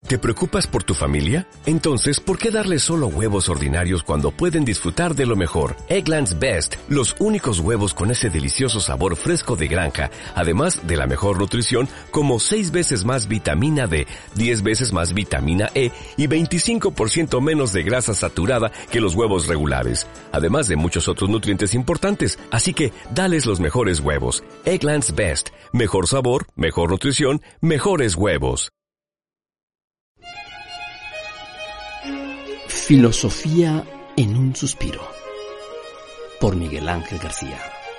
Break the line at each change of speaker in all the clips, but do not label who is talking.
¿Te preocupas por tu familia? Entonces, ¿por qué darles solo huevos ordinarios cuando pueden disfrutar de lo mejor? Eggland's Best, los únicos huevos con ese delicioso sabor fresco de granja, además de la mejor nutrición, como 6 veces más vitamina D, 10 veces más vitamina E y 25% menos de grasa saturada que los huevos regulares, además de muchos otros nutrientes importantes. Así que, dales los mejores huevos. Eggland's Best, mejor sabor, mejor nutrición, mejores huevos.
Filosofía en un suspiro, por Miguel Ángel García.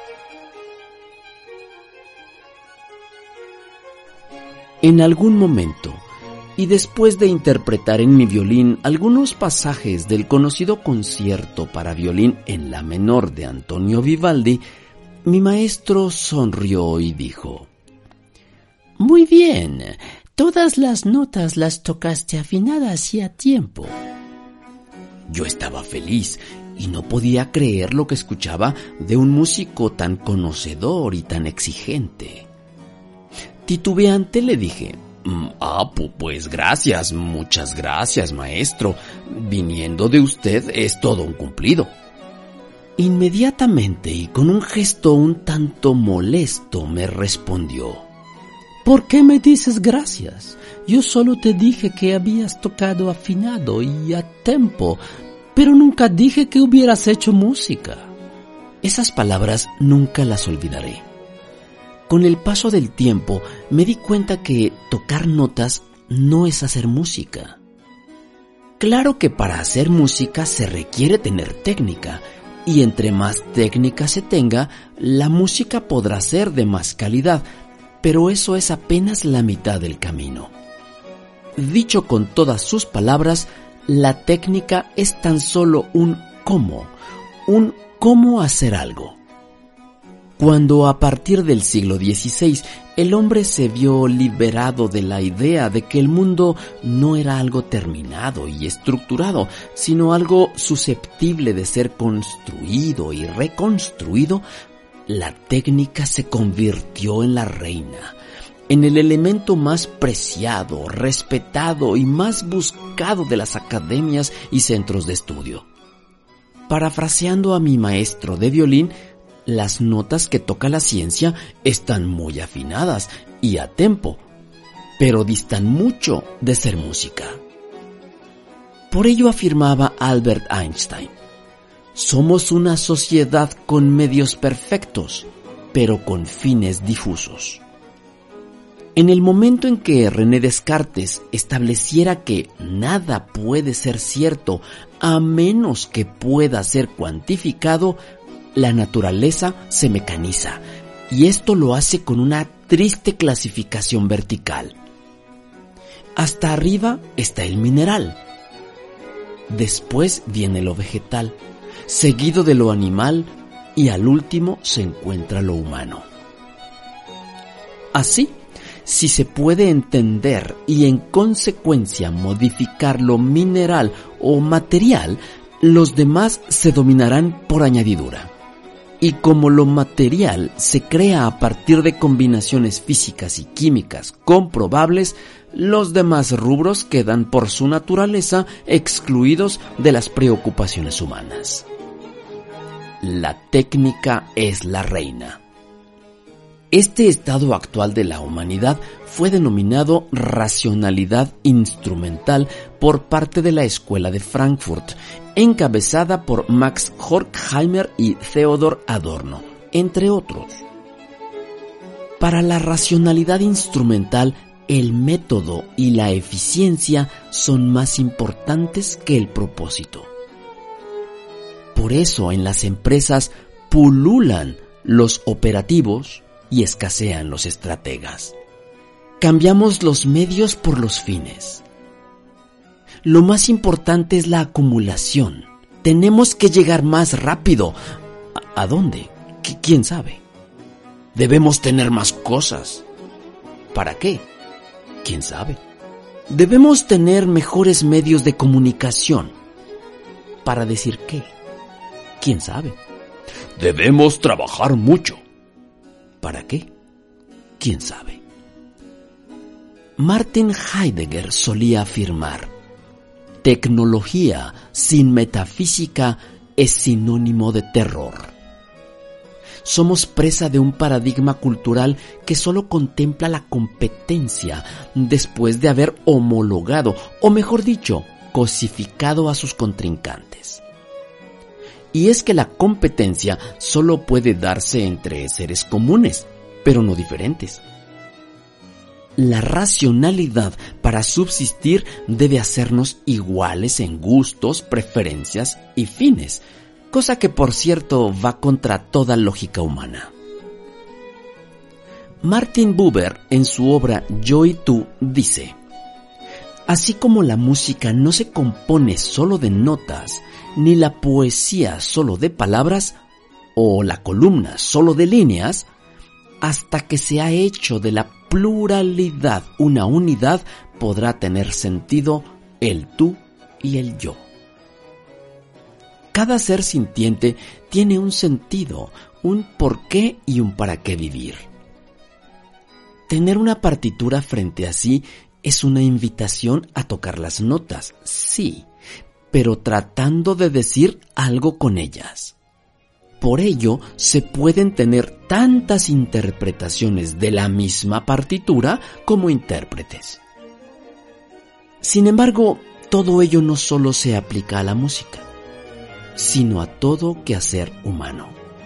En algún momento, y después de interpretar en mi violín algunos pasajes del conocido concierto para violín en la menor de Antonio Vivaldi, mi maestro sonrió y dijo: «Muy bien, todas las notas las tocaste afinadas y a tiempo». Yo estaba feliz y no podía creer lo que escuchaba de un músico tan conocedor y tan exigente. Titubeante le dije: pues gracias, muchas gracias, maestro. Viniendo de usted es todo un cumplido. Inmediatamente y con un gesto un tanto molesto me respondió: ¿Por qué me dices gracias? Yo solo te dije que habías tocado afinado y a tempo, pero nunca dije que hubieras hecho música. Esas palabras nunca las olvidaré. Con el paso del tiempo me di cuenta que tocar notas no es hacer música. Claro que para hacer música se requiere tener técnica, y entre más técnica se tenga, la música podrá ser de más calidad, pero eso es apenas la mitad del camino. Dicho con todas sus palabras, la técnica es tan solo un cómo hacer algo. Cuando a partir del siglo XVI el hombre se vio liberado de la idea de que el mundo no era algo terminado y estructurado, sino algo susceptible de ser construido y reconstruido, la técnica se convirtió en la reina, en el elemento más preciado, respetado y más buscado de las academias y centros de estudio. Parafraseando a mi maestro de violín, las notas que toca la ciencia están muy afinadas y a tempo, pero distan mucho de ser música. Por ello afirmaba Albert Einstein: somos una sociedad con medios perfectos, pero con fines difusos. En el momento en que René Descartes estableciera que nada puede ser cierto a menos que pueda ser cuantificado, la naturaleza se mecaniza, y esto lo hace con una triste clasificación vertical. Hasta arriba está el mineral, después viene lo vegetal, seguido de lo animal, y al último se encuentra lo humano. Así, si se puede entender y en consecuencia modificar lo mineral o material, los demás se dominarán por añadidura. Y como lo material se crea a partir de combinaciones físicas y químicas comprobables, los demás rubros quedan por su naturaleza excluidos de las preocupaciones humanas. La técnica es la reina. Este estado actual de la humanidad fue denominado racionalidad instrumental por parte de la Escuela de Frankfurt, encabezada por Max Horkheimer y Theodor Adorno, entre otros. Para la racionalidad instrumental, el método y la eficiencia son más importantes que el propósito. Por eso en las empresas pululan los operativos y escasean los estrategas. Cambiamos los medios por los fines. Lo más importante es la acumulación. Tenemos que llegar más rápido. ¿A dónde? ¿Quién sabe? Debemos tener más cosas. ¿Para qué? ¿Quién sabe? Debemos tener mejores medios de comunicación. ¿Para decir qué? ¿Quién sabe? Debemos trabajar mucho. ¿Para qué? ¿Quién sabe? Martin Heidegger solía afirmar: tecnología sin metafísica es sinónimo de terror. Somos presa de un paradigma cultural que solo contempla la competencia después de haber homologado, o mejor dicho, cosificado a sus contrincantes. Y es que la competencia solo puede darse entre seres comunes, pero no diferentes. La racionalidad para subsistir debe hacernos iguales en gustos, preferencias y fines, cosa que por cierto va contra toda lógica humana. Martin Buber, en su obra Yo y tú, dice: así como la música no se compone solo de notas, ni la poesía solo de palabras, o la columna solo de líneas, hasta que se ha hecho de la pluralidad una unidad, podrá tener sentido el tú y el yo. Cada ser sintiente tiene un sentido, un por qué y un para qué vivir. Tener una partitura frente a sí es una invitación a tocar las notas, sí, pero tratando de decir algo con ellas. Por ello, se pueden tener tantas interpretaciones de la misma partitura como intérpretes. Sin embargo, todo ello no solo se aplica a la música, sino a todo quehacer humano.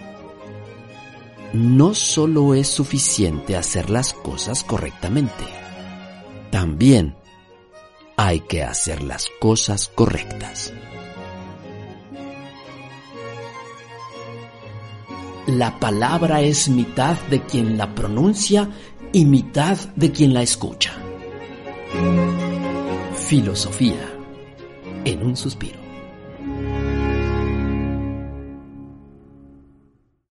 No solo es suficiente hacer las cosas correctamente, también hay que hacer las cosas correctas. La palabra es mitad de quien la pronuncia y mitad de quien la escucha. Filosofía en un suspiro.